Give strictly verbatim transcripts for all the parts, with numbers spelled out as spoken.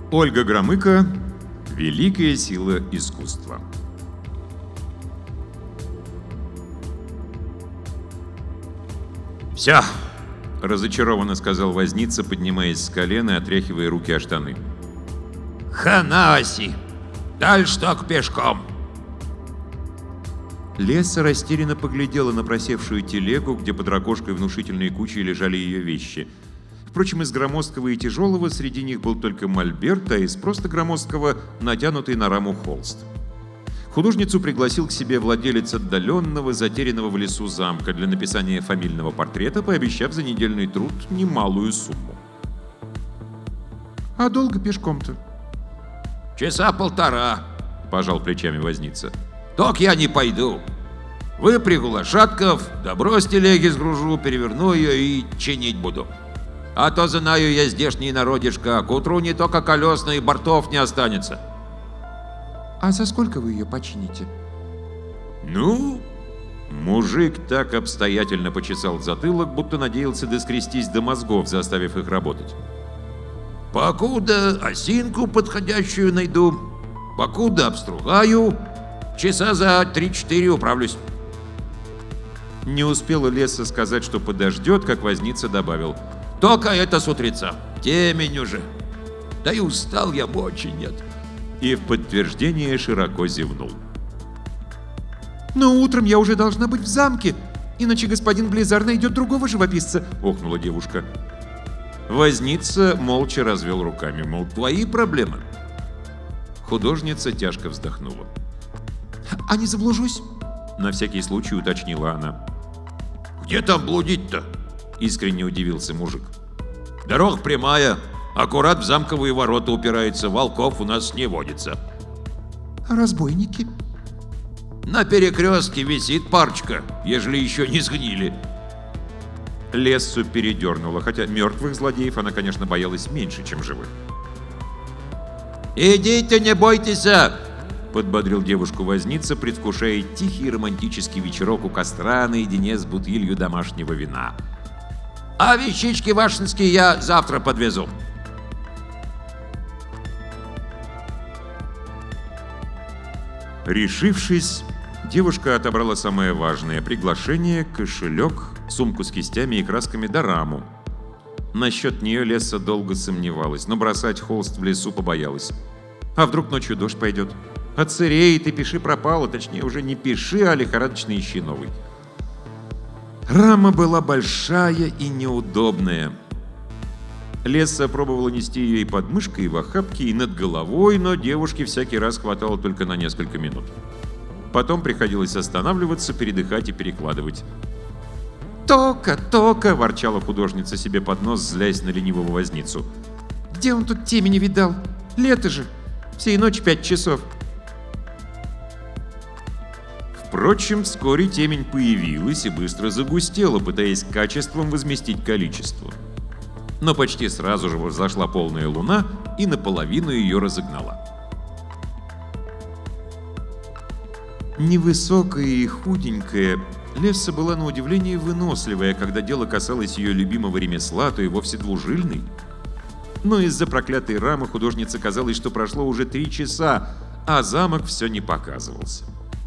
Ольга Громыко. Великая сила искусства. «Все!» — разочарованно сказал возница, поднимаясь с колена и отряхивая руки о штаны. «Хана оси! Дальше только пешком!» Лесса растерянно поглядела на просевшую телегу, где под рогожкой внушительной кучей лежали ее вещи. Впрочем, из громоздкого и тяжелого среди них был только мольберт, а из просто громоздкого — натянутый на раму холст. Художницу пригласил к себе владелец отдаленного, затерянного в лесу замка для написания фамильного портрета, пообещав за недельный труд немалую сумму. «А долго пешком-то?» «Часа полтора», — пожал плечами возница. «Ток я не пойду. Выпрягу лошадков, добро с телеги сгружу, переверну ее и чинить буду. А то знаю я здешний народишко, к утру не только колесных бортов не останется». «А за сколько вы ее почините?» «Ну...» Мужик так обстоятельно почесал затылок, будто надеялся доскрестись до мозгов, заставив их работать. «Покуда осинку подходящую найду, покуда обстругаю, часа за три-четыре управлюсь». Не успела Лесса сказать, что подождет, как возница добавил: «Только это с утреца, темень уже. Да и устал я очень нет». И в подтверждение широко зевнул. «Но утром я уже должна быть в замке, иначе господин Близар найдет другого живописца», — охнула девушка. Возница молча развел руками, мол, твои проблемы. Художница тяжко вздохнула. «А не заблужусь?» — на всякий случай уточнила она. «Где там блудить-то?» — искренне удивился мужик. «Дорога прямая, аккурат в замковые ворота упирается, волков у нас не водится». «А разбойники?» «На перекрестке висит парочка, ежели еще не сгнили». Лессу передернула, хотя мертвых злодеев она, конечно, боялась меньше, чем живых. «Идите, не бойтесь!» — подбодрил девушку возница, предвкушая тихий романтический вечерок у костра наедине с бутылью домашнего вина. «А вещички вашинские я завтра подвезу». Решившись, девушка отобрала самое важное — приглашение, кошелек, сумку с кистями и красками да раму. Насчет нее Лесса долго сомневалась, но бросать холст в лесу побоялась. А вдруг ночью дождь пойдет? Отсыреет и пиши пропало, точнее уже не пиши, а лихорадочно ищи новый. Рама была большая и неудобная. Лесса пробовала нести ее и под мышкой, и в охапке, и над головой, но девушке всякий раз хватало только на несколько минут. Потом приходилось останавливаться, передыхать и перекладывать. «Тока, Тока!» — ворчала художница себе под нос, злясь на ленивого возницу. «Где он тут темени видал? Лето же! Всей ночи пять часов!» Впрочем, вскоре темень появилась и быстро загустела, пытаясь качеством возместить количество. Но почти сразу же взошла полная луна и наполовину ее разогнала. Невысокая и худенькая, Лесса была на удивление выносливая, когда дело касалось ее любимого ремесла, то и вовсе двужильной. Но из-за проклятой рамы художнице казалось, что прошло уже три часа, а замок все не показывался.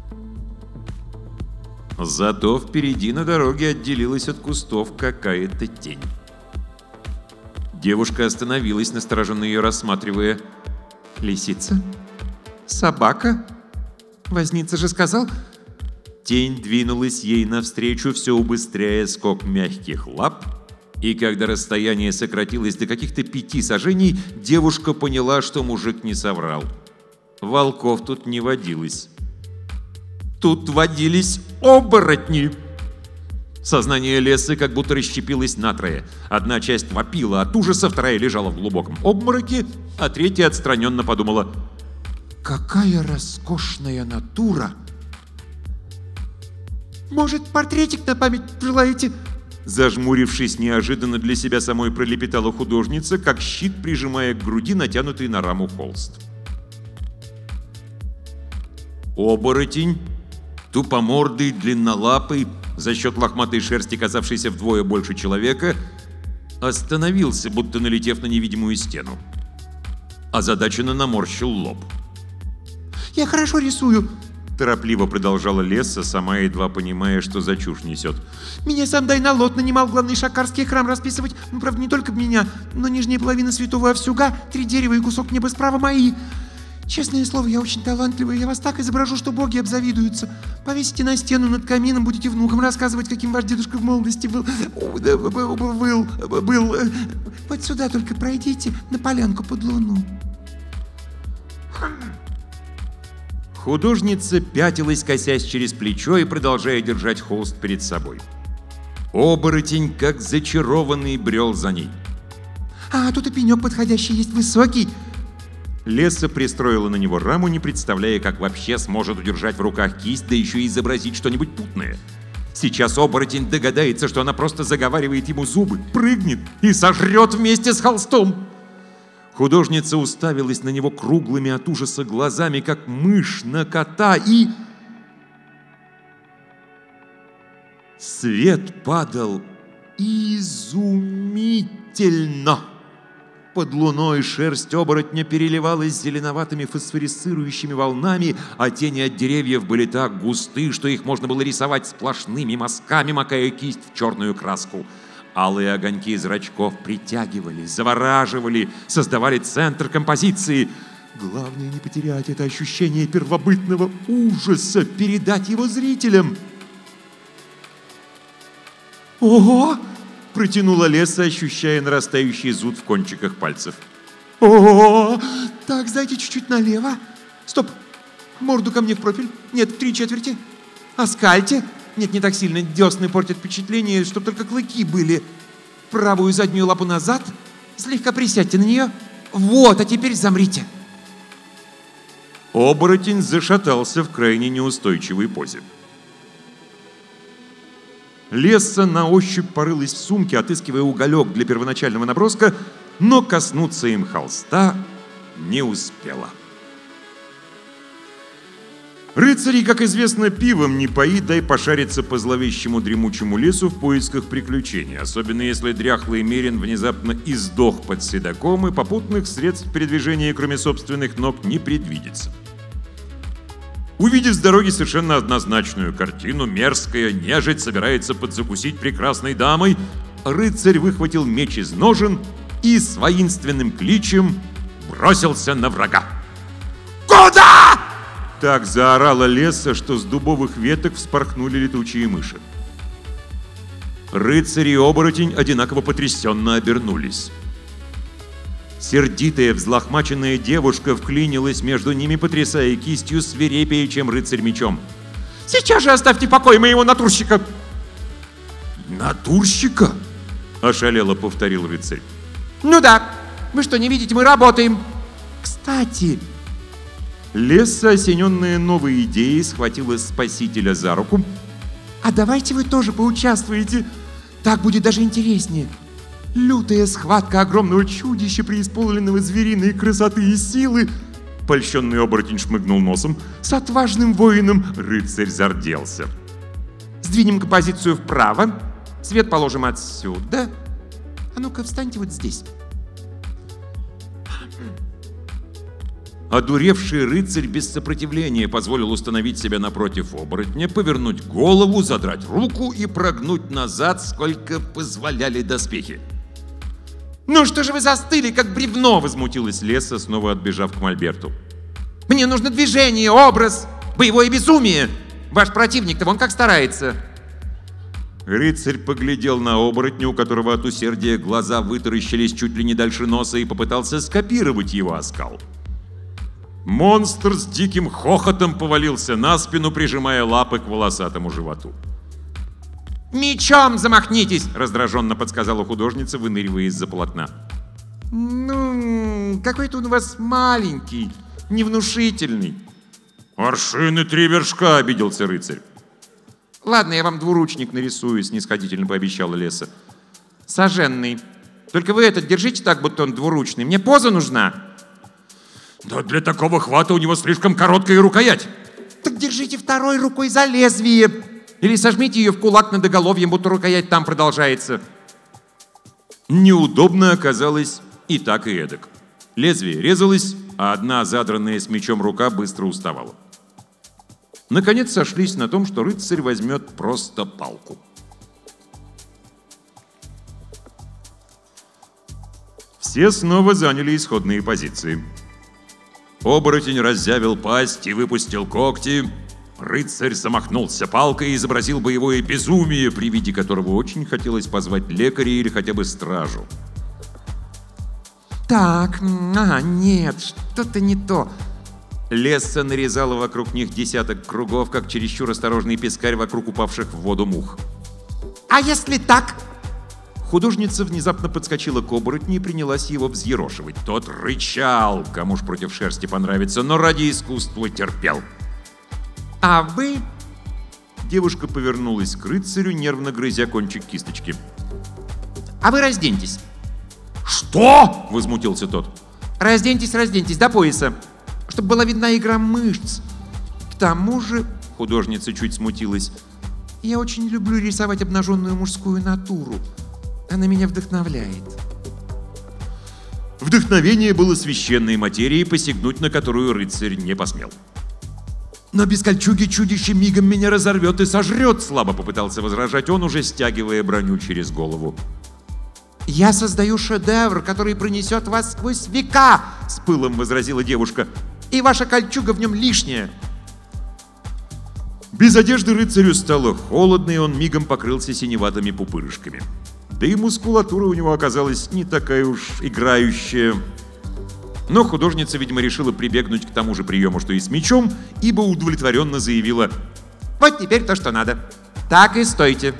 Зато впереди на дороге отделилась от кустов какая-то тень. Девушка остановилась, настороженно ее рассматривая. «Лисица? Собака? Возница же сказал...» Тень двинулась ей навстречу, все убыстряя скок мягких лап, и когда расстояние сократилось до каких-то пяти сажений, девушка поняла, что мужик не соврал. Волков тут не водилось. Тут водились оборотни! Сознание Лессы как будто расщепилось натрое. Одна часть вопила от ужаса, вторая лежала в глубоком обмороке, а третья отстраненно подумала: «Какая роскошная натура! Может, портретик на память желаете?» Зажмурившись неожиданно для себя самой, пролепетала художница, как щит прижимая к груди натянутый на раму холст. Оборотень, тупомордый, длиннолапый, за счет лохматой шерсти, казавшейся вдвое больше человека, остановился, будто налетев на невидимую стену. озадаченно наморщил лоб. «Я хорошо рисую», — торопливо продолжала Лесса, сама едва понимая, что за чушь несет. «Меня сам Дайналот нанимал главный шакарский храм расписывать. Ну, правда, не только меня, но нижняя половина святого Овсюга, три дерева и кусок неба справа мои. Честное слово, я очень талантливый, я вас так изображу, что боги обзавидуются. Повесите на стену над камином, будете внукам рассказывать, каким ваш дедушка в молодости был. Был, был, был. Вот сюда только пройдите, на полянку под луну». Художница пятилась, косясь через плечо и продолжая держать холст перед собой. Оборотень, как зачарованный, брел за ней. «А тут и пенек подходящий есть, высокий». Лесса пристроила на него раму, не представляя, как вообще сможет удержать в руках кисть, да еще и изобразить что-нибудь путное. Сейчас оборотень догадается, что она просто заговаривает ему зубы, прыгнет и сожрет вместе с холстом. Художница уставилась на него круглыми от ужаса глазами, как мышь на кота, и... Свет падал изумительно. Под луной шерсть оборотня переливалась зеленоватыми фосфорисцирующими волнами, а тени от деревьев были так густы, что их можно было рисовать сплошными мазками, макая кисть в черную краску. Алые огоньки зрачков притягивали, завораживали, создавали центр композиции. Главное не потерять это ощущение первобытного ужаса, передать его зрителям. «Ого!» — протянула Лесса, ощущая нарастающий зуд в кончиках пальцев. «О, так, сдайте чуть-чуть налево. Стоп, морду ко мне в профиль. Нет, в три четверти. Оскальте. Нет, не так сильно, десны портят впечатление, чтоб только клыки были. Правую заднюю лапу назад. Слегка присядьте на нее. Вот, а теперь замрите». Оборотень зашатался в крайне неустойчивой позе. Лесса на ощупь порылась в сумке, отыскивая уголек для первоначального наброска, но коснуться им холста не успела. Рыцарей, как известно, пивом не пои, дай пошариться по зловещему дремучему лесу в поисках приключений, особенно если дряхлый мерин внезапно издох под седаком, и попутных средств передвижения, кроме собственных ног, не предвидится. Увидев с дороги совершенно однозначную картину, мерзкая нежить собирается подзакусить прекрасной дамой, рыцарь выхватил меч из ножен и с воинственным кличем бросился на врага. «Куда?» Так заорала Лесса, что с дубовых веток вспорхнули летучие мыши. Рыцарь и оборотень одинаково потрясенно обернулись. Сердитая, взлохмаченная девушка вклинилась между ними, потрясая кистью свирепее, чем рыцарь мечом. «Сейчас же оставьте покой моего натурщика!» «Натурщика?» — ошалело повторил рыцарь. «Ну да, вы что, не видите, мы работаем!» «Кстати...» Лесса, осененная новой идеей, схватила спасителя за руку. «А давайте вы тоже поучаствуете, так будет даже интереснее. Лютая схватка огромного чудища, преисполненного звериной красоты и силы». Польщенный оборотень шмыгнул носом. «С отважным воином». Рыцарь зарделся. «Сдвинем композицию вправо. Свет положим отсюда. А ну-ка, встаньте вот здесь». Одуревший рыцарь без сопротивления позволил установить себя напротив оборотня, повернуть голову, задрать руку и прогнуть назад, сколько позволяли доспехи. «Ну что же вы застыли, как бревно?» — возмутилась Лесса, снова отбежав к мольберту. «Мне нужно движение, образ, боевое безумие. Ваш противник-то вон как старается». Рыцарь поглядел на оборотня, у которого от усердия глаза вытаращились чуть ли не дальше носа, и попытался скопировать его оскал. Монстр с диким хохотом повалился на спину, прижимая лапы к волосатому животу. «Мечом замахнитесь!» — раздраженно подсказала художница, выныривая из-за полотна. «Ну, какой-то он у вас маленький, невнушительный». «Аршины три вершка!» — обиделся рыцарь. «Ладно, я вам двуручник нарисую», — снисходительно пообещала Лесса. «Соженный. Только вы этот держите так, будто он двуручный. Мне поза нужна». «Да для такого хвата у него слишком короткая рукоять». «Так держите второй рукой за лезвие. Или сожмите ее в кулак над оголовьем, будто рукоять там продолжается». Неудобно оказалось и так, и эдак. Лезвие резалось, а одна задранная с мечом рука быстро уставала. Наконец сошлись на том, что рыцарь возьмет просто палку. Все снова заняли исходные позиции. Оборотень разъявил пасть и выпустил когти. Рыцарь замахнулся палкой и изобразил боевое безумие, при виде которого очень хотелось позвать лекаря или хотя бы стражу. Так, а, нет, что-то не то. Лесса нарезала вокруг них десяток кругов, как чересчур осторожный пескарь вокруг упавших в воду мух. А если так? Художница внезапно подскочила к оборотню и принялась его взъерошивать. Тот рычал, кому ж против шерсти понравится, но ради искусства терпел. А вы? Девушка повернулась к рыцарю, нервно грызя кончик кисточки. А вы разденьтесь. «Что?» — возмутился тот. Разденьтесь, разденьтесь до пояса, чтобы была видна игра мышц. К тому же, художница чуть смутилась, я очень люблю рисовать обнаженную мужскую натуру. Она меня вдохновляет. Вдохновение было священной материей, посягнуть на которую рыцарь не посмел. «Но без кольчуги чудище мигом меня разорвет и сожрет», — слабо попытался возражать он, уже стягивая броню через голову. «Я создаю шедевр, который пронесет вас сквозь века», — с пылом возразила девушка. «И ваша кольчуга в нем лишняя». Без одежды рыцарю стало холодно, и он мигом покрылся синеватыми пупырышками. Да и мускулатура у него оказалась не такая уж играющая. Но художница, видимо, решила прибегнуть к тому же приему, что и с мечом, ибо удовлетворенно заявила: «Вот теперь то, что надо. Так и стойте».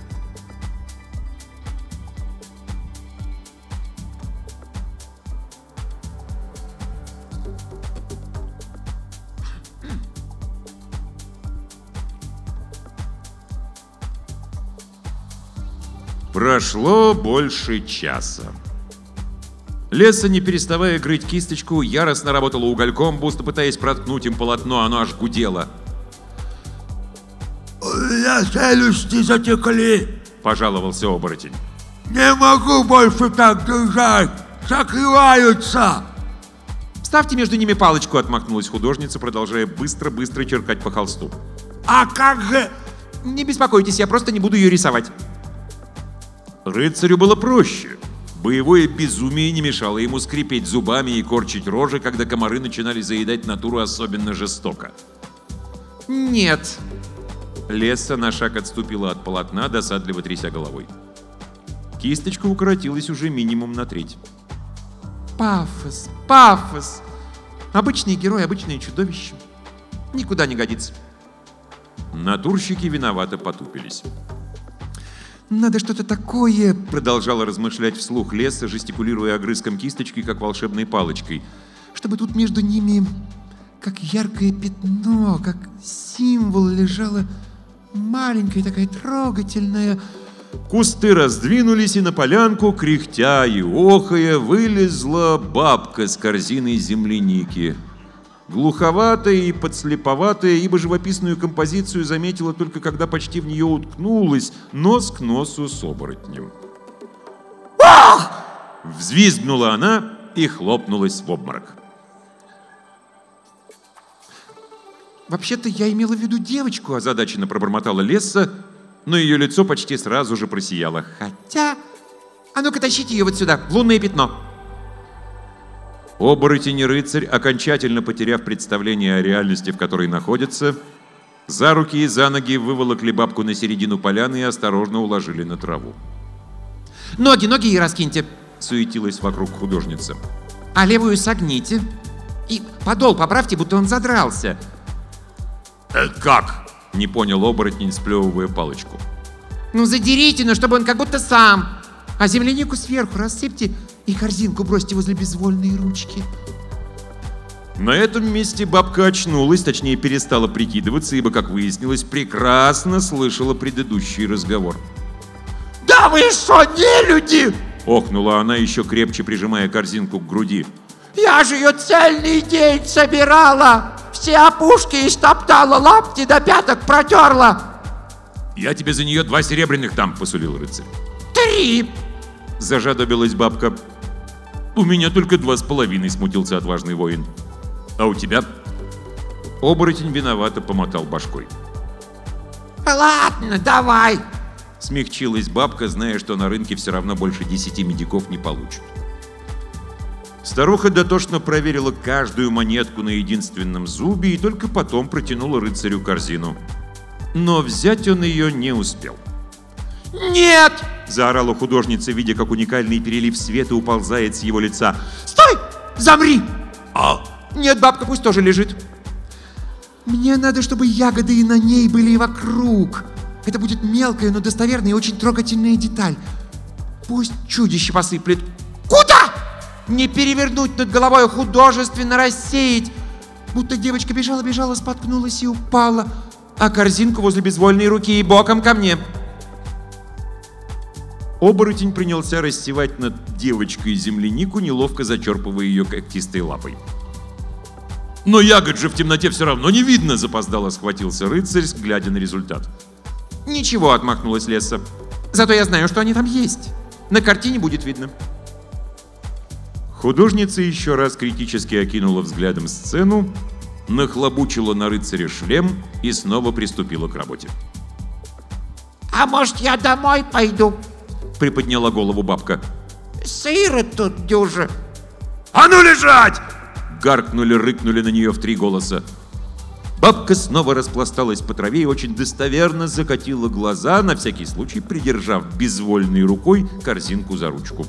Прошло больше часа. Лесса, не переставая грызть кисточку, яростно работала угольком, будто пытаясь проткнуть им полотно, оно аж гудело. «Я челюсти затекли!» — пожаловался оборотень. «Не могу больше так держать! Закрываются!» «Вставьте между ними палочку!» — отмахнулась художница, продолжая быстро-быстро черкать по холсту. «А как же...» «Не беспокойтесь, я просто не буду ее рисовать». Рыцарю было проще. Боевое безумие не мешало ему скрипеть зубами и корчить рожи, когда комары начинали заедать натуру особенно жестоко. «Нет». Лесса на шаг отступила от полотна, досадливо тряся головой. Кисточка укоротилась уже минимум на треть. «Пафос, пафос. Обычный герой, обычное чудовище. Никуда не годится». Натурщики виновато потупились. «Надо что-то такое», — продолжала размышлять вслух Лесса, жестикулируя огрызком кисточки, как волшебной палочкой. «чтобы тут между ними, как яркое пятно, как символ, лежала маленькая такая трогательная...» Кусты раздвинулись, и на полянку, кряхтя и охая, вылезла бабка с корзиной земляники. Глуховатая и подслеповатая, ибо живописную композицию заметила только когда почти в нее уткнулась, нос к носу с оборотнем. «Ах!» Взвизгнула она и хлопнулась в обморок. «Вообще-то я имела в виду девочку», — озадаченно пробормотала Лесса, но ее лицо почти сразу же просияло. «Хотя... А ну-ка тащите ее вот сюда, в лунное пятно». Оборотень и рыцарь, окончательно потеряв представление о реальности, в которой находятся, за руки и за ноги выволокли бабку на середину поляны и осторожно уложили на траву. «Ноги, ноги и раскиньте», — суетилась вокруг художница. «А левую согните. И подол поправьте, будто он задрался». «Это как?» — не понял оборотень, сплевывая палочку. «Ну задерите, но чтобы он как будто сам. А землянику сверху рассыпьте и корзинку бросьте возле безвольной ручки». На этом месте бабка очнулась, точнее перестала прикидываться, ибо, как выяснилось, прекрасно слышала предыдущий разговор. «Да вы что, не люди?» — охнула она, еще крепче прижимая корзинку к груди. «Я же ее цельный день собирала! Все опушки истоптала, лапти до пяток протерла!» «Я тебе за нее два серебряных там», — посулил рыцарь. «Три!» — зажадобилась бабка. «У меня только два с половиной», — смутился отважный воин. «А у тебя?» Оборотень виновато помотал башкой. Ладно, давай. Смягчилась бабка, зная, что на рынке все равно больше десяти медиков не получит. Старуха дотошно проверила каждую монетку на единственном зубе и только потом протянула рыцарю корзину. Но взять он ее не успел. «Нет!» — заорала художница, видя, как уникальный перелив света уползает с его лица. «Стой! Замри!» «А?» «Нет, бабка пусть тоже лежит. Мне надо, чтобы ягоды и на ней были и вокруг. Это будет мелкая, но достоверная и очень трогательная деталь. Пусть чудище посыплет. Куда? Не перевернуть над головой, а художественно рассеять. Будто девочка бежала-бежала, споткнулась и упала, а корзинку возле безвольной руки и боком ко мне». Оборотень принялся рассевать над девочкой землянику, неловко зачерпывая ее когтистой лапой. «Но ягод же в темноте все равно не видно!» — запоздало схватился рыцарь, глядя на результат. «Ничего», — отмахнулась Лесса. «Зато я знаю, что они там есть. На картине будет видно». Художница еще раз критически окинула взглядом сцену, нахлобучила на рыцаря шлем и снова приступила к работе. А может, я домой пойду? Приподняла голову бабка. Сыро тут дюже. «А ну лежать!» Гаркнули, рыкнули на нее в три голоса. Бабка снова распласталась по траве и очень достоверно закатила глаза, на всякий случай придержав безвольной рукой корзинку за ручку.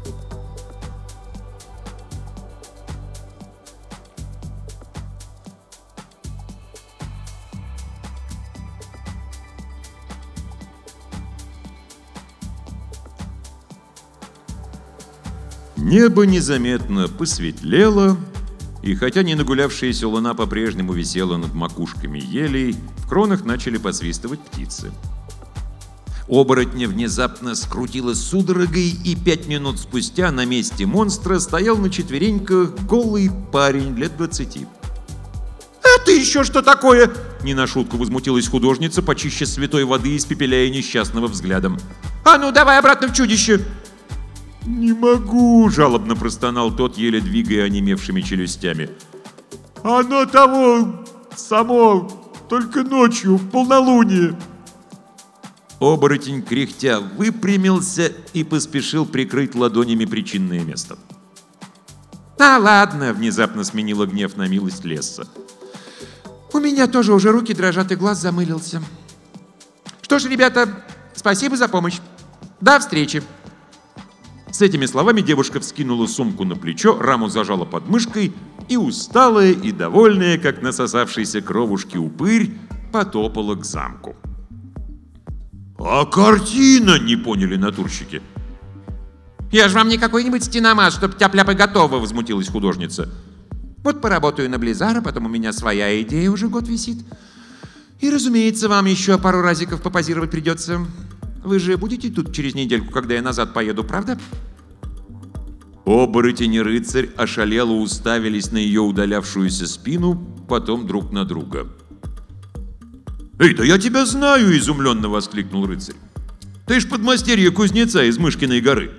Небо незаметно посветлело, и хотя не нагулявшаяся луна по-прежнему висела над макушками елей, в кронах начали посвистывать птицы. Оборотня внезапно скрутило судорогой, и пять минут спустя на месте монстра стоял на четвереньках голый парень лет двадцати. «Это еще что такое?» Не на шутку возмутилась художница, почище святой воды, испепеляя несчастного взглядом. «А ну, давай обратно в чудище!» «Не могу!» — жалобно простонал тот, еле двигая онемевшими челюстями. «Оно того само, только ночью, в полнолуние!» Оборотень, кряхтя, выпрямился и поспешил прикрыть ладонями причинное место. «А ладно!» — внезапно сменила гнев на милость Лесса. «У меня тоже уже руки дрожат и глаз замылился. Что ж, ребята, спасибо за помощь. До встречи!» С этими словами девушка вскинула сумку на плечо, раму зажала под мышкой и, усталая и довольная, как насосавшийся кровушки упырь, потопала к замку. «А картина?» — не поняли натурщики. «Я ж вам не какой-нибудь стеномаз, чтоб тяп-ляп и готово!» — возмутилась художница. «Вот поработаю на Близара, потом у меня своя идея уже год висит. И, разумеется, вам еще пару разиков попозировать придется. Вы же будете тут через недельку, когда я назад поеду, правда?» Оборотень и рыцарь ошалело уставились на ее удалявшуюся спину, потом друг на друга. «Эй, да я тебя знаю!» — изумленно воскликнул рыцарь. «Ты ж подмастерье кузнеца из Мышкиной горы!»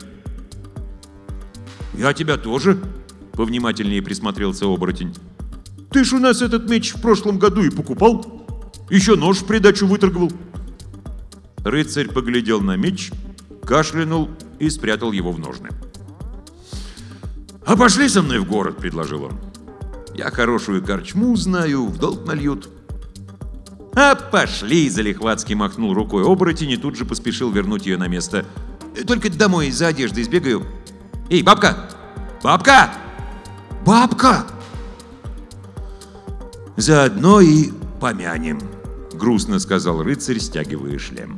«Я тебя тоже!» — повнимательнее присмотрелся оборотень. «Ты ж у нас этот меч в прошлом году и покупал. Еще нож в придачу выторговал». Рыцарь поглядел на меч, кашлянул и спрятал его в ножны. «А пошли со мной в город», — предложил он. «Я хорошую корчму знаю, в долг нальют». «А пошли!» — залихватски махнул рукой оборотень и тут же поспешил вернуть ее на место. «Только домой за одеждой сбегаю. Эй, бабка! Бабка! Бабка!» «Заодно и помянем», — грустно сказал рыцарь, стягивая шлем.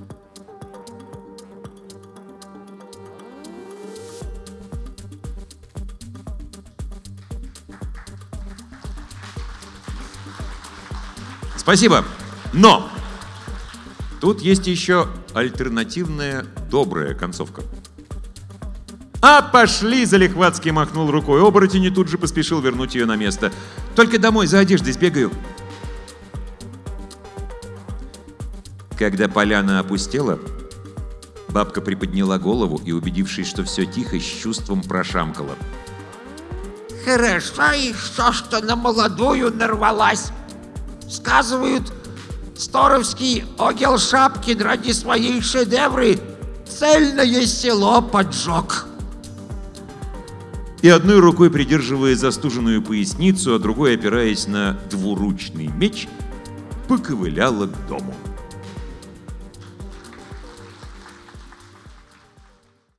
«Спасибо, но тут есть еще альтернативная добрая концовка». «А пошли!» — залихватски махнул рукой оборотень и тут же поспешил вернуть ее на место. «Только домой за одеждой сбегаю». Когда поляна опустела, Бабка приподняла голову и, убедившись, что все тихо, с чувством прошамкала. Хорошо еще, что на молодую нарвалась. Сказывают, Сторовский Огел Шапкин ради своей шедевры цельное село поджег. И одной рукой придерживая застуженную поясницу, а другой, опираясь на двуручный меч, поковыляла к дому.